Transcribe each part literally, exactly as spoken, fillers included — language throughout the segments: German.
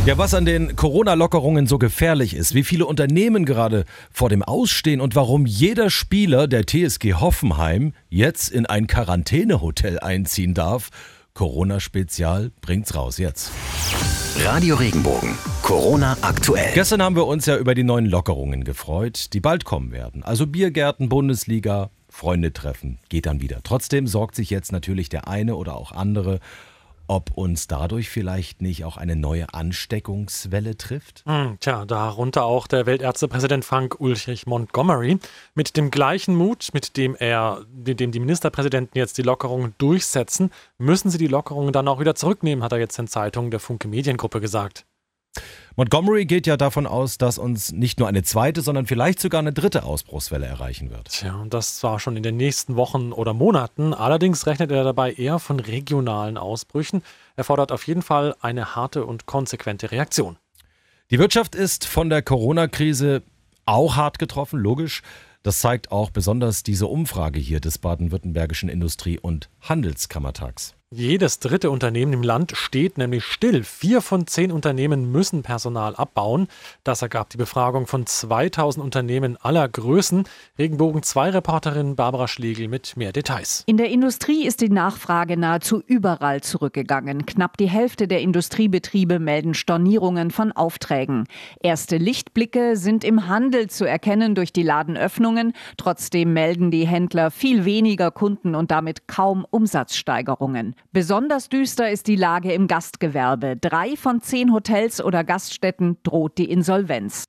Ja, was an den Corona-Lockerungen so gefährlich ist, wie viele Unternehmen gerade vor dem Ausstehen und warum jeder Spieler der T S G Hoffenheim jetzt in ein Quarantänehotel einziehen darf. Corona-Spezial bringt's raus jetzt. Radio Regenbogen. Corona aktuell. Gestern haben wir uns ja über die neuen Lockerungen gefreut, die bald kommen werden. Also Biergärten, Bundesliga, Freunde treffen, geht dann wieder. Trotzdem sorgt sich jetzt natürlich der eine oder auch andere, ob uns dadurch vielleicht nicht auch eine neue Ansteckungswelle trifft? Hm, tja, darunter auch der Weltärztepräsident Frank Ulrich Montgomery. Mit dem gleichen Mut, mit dem er, mit dem die Ministerpräsidenten jetzt die Lockerungen durchsetzen, müssen sie die Lockerungen dann auch wieder zurücknehmen, hat er jetzt in Zeitungen der Funke Mediengruppe gesagt. Montgomery geht ja davon aus, dass uns nicht nur eine zweite, sondern vielleicht sogar eine dritte Ausbruchswelle erreichen wird. Tja, und das zwar schon in den nächsten Wochen oder Monaten. Allerdings rechnet er dabei eher von regionalen Ausbrüchen. Er fordert auf jeden Fall eine harte und konsequente Reaktion. Die Wirtschaft ist von der Corona-Krise auch hart getroffen, logisch. Das zeigt auch besonders diese Umfrage hier des Baden-Württembergischen Industrie- und Handelskammertags. Jedes dritte Unternehmen im Land steht nämlich still. Vier von zehn Unternehmen müssen Personal abbauen. Das ergab die Befragung von zweitausend Unternehmen aller Größen. Regenbogen zwei Reporterin Barbara Schlegel mit mehr Details. In der Industrie ist die Nachfrage nahezu überall zurückgegangen. Knapp die Hälfte der Industriebetriebe melden Stornierungen von Aufträgen. Erste Lichtblicke sind im Handel zu erkennen durch die Ladenöffnungen. Trotzdem melden die Händler viel weniger Kunden und damit kaum Umsatzsteigerungen. Besonders düster ist die Lage im Gastgewerbe. Drei von zehn Hotels oder Gaststätten droht die Insolvenz.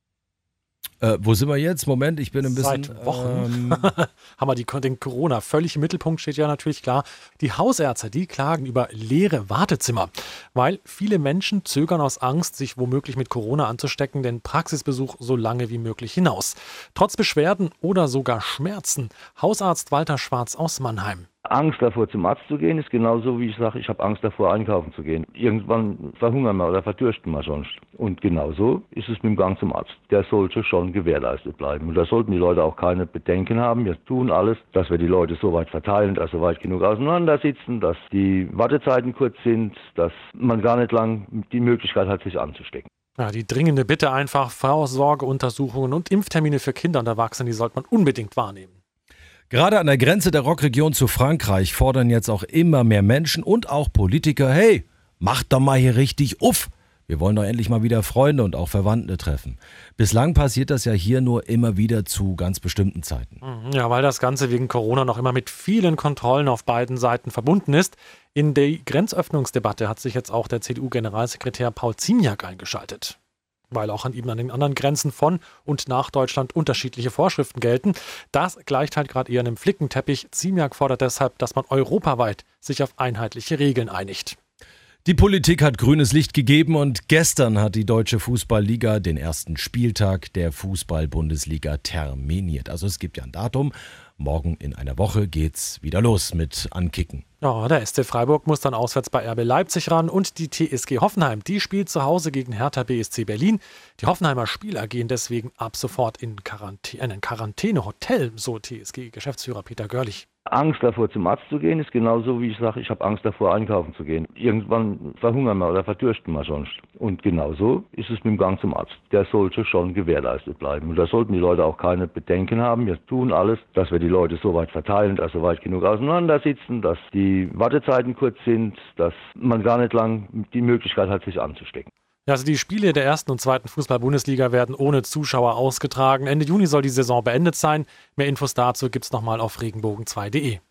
Äh, wo sind wir jetzt? Moment, ich bin ein bisschen... Seit Wochen Ähm, haben wir die, den Corona. Völlig im Mittelpunkt steht ja natürlich klar, die Hausärzte, die klagen über leere Wartezimmer. Weil viele Menschen zögern aus Angst, sich womöglich mit Corona anzustecken, den Praxisbesuch so lange wie möglich hinaus. Trotz Beschwerden oder sogar Schmerzen. Hausarzt Walter Schwarz aus Mannheim. Angst davor, zum Arzt zu gehen, ist genauso wie ich sage, ich habe Angst davor, einkaufen zu gehen. Irgendwann verhungern wir oder verdürsten wir sonst. Und genauso ist es mit dem Gang zum Arzt. Der sollte schon gewährleistet bleiben. Und da sollten die Leute auch keine Bedenken haben. Wir tun alles, dass wir die Leute so weit verteilen, dass sie weit genug auseinander sitzen, dass die Wartezeiten kurz sind, dass man gar nicht lang die Möglichkeit hat, sich anzustecken. Ja, die dringende Bitte einfach, Vorsorgeuntersuchungen und Impftermine für Kinder und Erwachsene, die sollte man unbedingt wahrnehmen. Gerade an der Grenze der Rockregion zu Frankreich fordern jetzt auch immer mehr Menschen und auch Politiker, hey, macht doch mal hier richtig uff. Wir wollen doch endlich mal wieder Freunde und auch Verwandte treffen. Bislang passiert das ja hier nur immer wieder zu ganz bestimmten Zeiten. Ja, weil das Ganze wegen Corona noch immer mit vielen Kontrollen auf beiden Seiten verbunden ist. In die Grenzöffnungsdebatte hat sich jetzt auch der C D U-Generalsekretär Paul Ziemiak eingeschaltet. Weil auch an ihm an den anderen Grenzen von und nach Deutschland unterschiedliche Vorschriften gelten. Das gleicht halt gerade eher einem Flickenteppich. Ziemiak fordert deshalb, dass man europaweit sich auf einheitliche Regeln einigt. Die Politik hat grünes Licht gegeben und gestern hat die Deutsche Fußballliga den ersten Spieltag der Fußball-Bundesliga terminiert. Also es gibt ja ein Datum. Morgen in einer Woche geht's wieder los mit Ankicken. Ja, der S C Freiburg muss dann auswärts bei R B Leipzig ran und die T S G Hoffenheim, die spielt zu Hause gegen Hertha B S C Berlin. Die Hoffenheimer Spieler gehen deswegen ab sofort in Quarantäne, ein Quarantänehotel, so T S G-Geschäftsführer Peter Görlich. Angst davor, zum Arzt zu gehen, ist genauso wie ich sage, ich habe Angst davor, einkaufen zu gehen. Irgendwann verhungern wir oder verdürsten wir sonst. Und genauso ist es mit dem Gang zum Arzt. Der sollte schon gewährleistet bleiben. Und da sollten die Leute auch keine Bedenken haben. Wir tun alles, dass wir die Leute so weit verteilen, dass sie weit genug auseinander sitzen, dass die Wartezeiten kurz sind, dass man gar nicht lang die Möglichkeit hat, sich anzustecken. Ja, also die Spiele der ersten und zweiten Fußball-Bundesliga werden ohne Zuschauer ausgetragen. Ende Juni soll die Saison beendet sein. Mehr Infos dazu gibt's nochmal auf regenbogen zwei punkt de.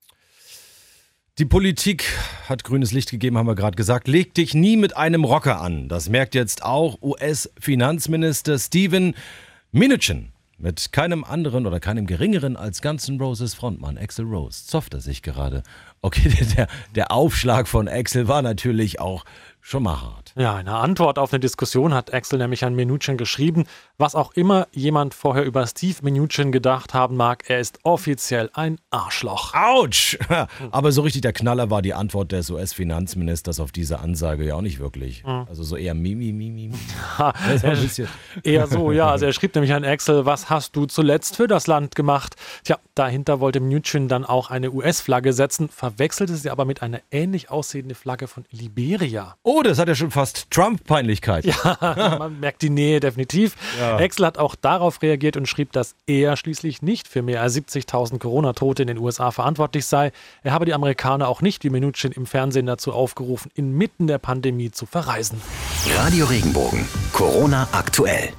Die Politik hat grünes Licht gegeben, haben wir gerade gesagt. Leg dich nie mit einem Rocker an. Das merkt jetzt auch U S-Finanzminister Steven Mnuchin. Mit keinem anderen oder keinem geringeren als Guns N' Roses Frontmann Axl Rose zofft er sich gerade. Okay, der, der Aufschlag von Axl war natürlich auch schon mal hart. Ja, in einer Antwort auf eine Diskussion hat Axl nämlich an Mnuchin geschrieben, was auch immer jemand vorher über Steve Mnuchin gedacht haben mag, er ist offiziell ein Arschloch. Autsch! Aber so richtig der Knaller war die Antwort des U S-Finanzministers auf diese Ansage ja auch nicht wirklich. Mhm. Also so eher Mimi, Mimi, Mimi. Das war ein bisschen eher so, ja. Also er schrieb nämlich an Axl, was hast du zuletzt für das Land gemacht? Tja, dahinter wollte Mnuchin dann auch eine U S-Flagge setzen, verwechselte sie aber mit einer ähnlich aussehenden Flagge von Liberia. Oh! Oh, das hat ja schon fast Trump-Peinlichkeit. Ja, man merkt die Nähe definitiv. Ja. Exel hat auch darauf reagiert und schrieb, dass er schließlich nicht für mehr als siebzigtausend Corona-Tote in den U S A verantwortlich sei. Er habe die Amerikaner auch nicht, wie Mnuchin im Fernsehen dazu aufgerufen, inmitten der Pandemie zu verreisen. Radio Regenbogen. Corona aktuell.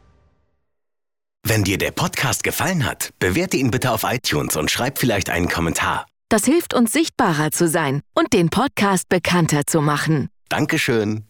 Wenn dir der Podcast gefallen hat, bewerte ihn bitte auf iTunes und schreib vielleicht einen Kommentar. Das hilft uns, sichtbarer zu sein und den Podcast bekannter zu machen. Dankeschön.